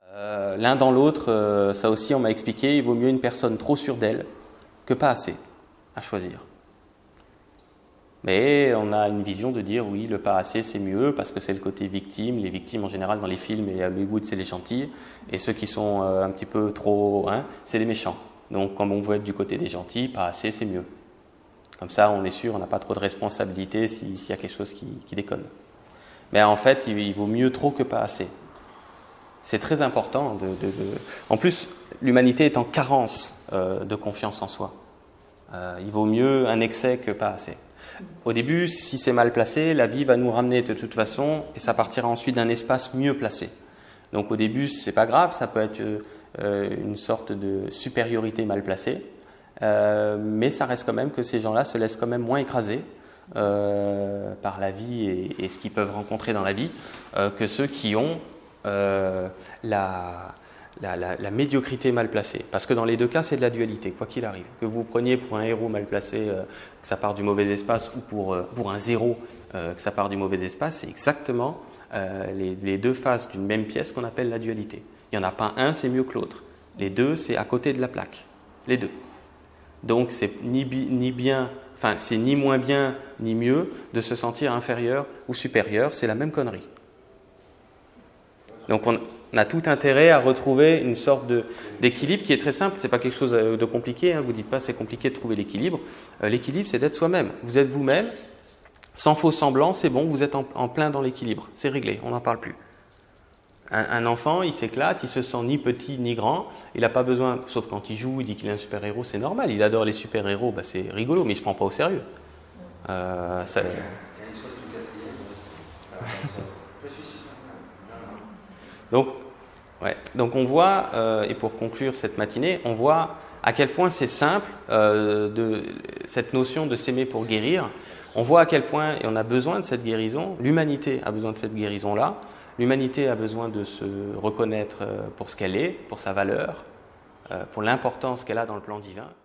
L'un dans l'autre, ça aussi on m'a expliqué, il vaut mieux une personne trop sûre d'elle que pas assez à choisir. Mais on a une vision de dire oui, le pas assez c'est mieux parce que c'est le côté victime. Les victimes en général dans les films et à Hollywood c'est les gentils et ceux qui sont un petit peu trop, c'est les méchants. Donc comme on veut être du côté des gentils, pas assez c'est mieux. Comme ça on est sûr, on n'a pas trop de responsabilité s'il y a quelque chose qui déconne. Mais en fait il vaut mieux trop que pas assez. C'est très important. En plus, l'humanité est en carence de confiance en soi. Il vaut mieux un excès que pas assez. Au début, si c'est mal placé, la vie va nous ramener de toute façon et ça partira ensuite d'un espace mieux placé. Donc au début, c'est pas grave, ça peut être une sorte de supériorité mal placée, mais ça reste quand même que ces gens-là se laissent quand même moins écraser par la vie et ce qu'ils peuvent rencontrer dans la vie que ceux qui ont la médiocrité mal placée. Parce que dans les deux cas, c'est de la dualité, quoi qu'il arrive. Que vous preniez pour un héros mal placé, que ça part du mauvais espace, ou pour un zéro, que ça part du mauvais espace, c'est exactement les deux faces d'une même pièce qu'on appelle la dualité. Il n'y en a pas un, c'est mieux que l'autre. Les deux, c'est à côté de la plaque. Les deux. Donc, c'est c'est ni moins bien, ni mieux de se sentir inférieur ou supérieur. C'est la même connerie. Donc on a tout intérêt à retrouver une sorte d'équilibre qui est très simple. C'est pas quelque chose de compliqué. Vous dites pas c'est compliqué de trouver l'équilibre. L'équilibre, c'est d'être soi-même. Vous êtes vous-même, sans faux semblant, c'est bon. Vous êtes en plein dans l'équilibre. C'est réglé. On n'en parle plus. Un enfant, il s'éclate, il se sent ni petit ni grand. Il n'a pas besoin, sauf quand il joue, il dit qu'il est un super-héros, c'est normal. Il adore les super-héros, c'est rigolo, mais il se prend pas au sérieux. Donc on voit, et pour conclure cette matinée, on voit à quel point c'est simple cette notion de s'aimer pour guérir. On voit à quel point, et on a besoin de cette guérison, l'humanité a besoin de cette guérison-là, l'humanité a besoin de se reconnaître pour ce qu'elle est, pour sa valeur, pour l'importance qu'elle a dans le plan divin.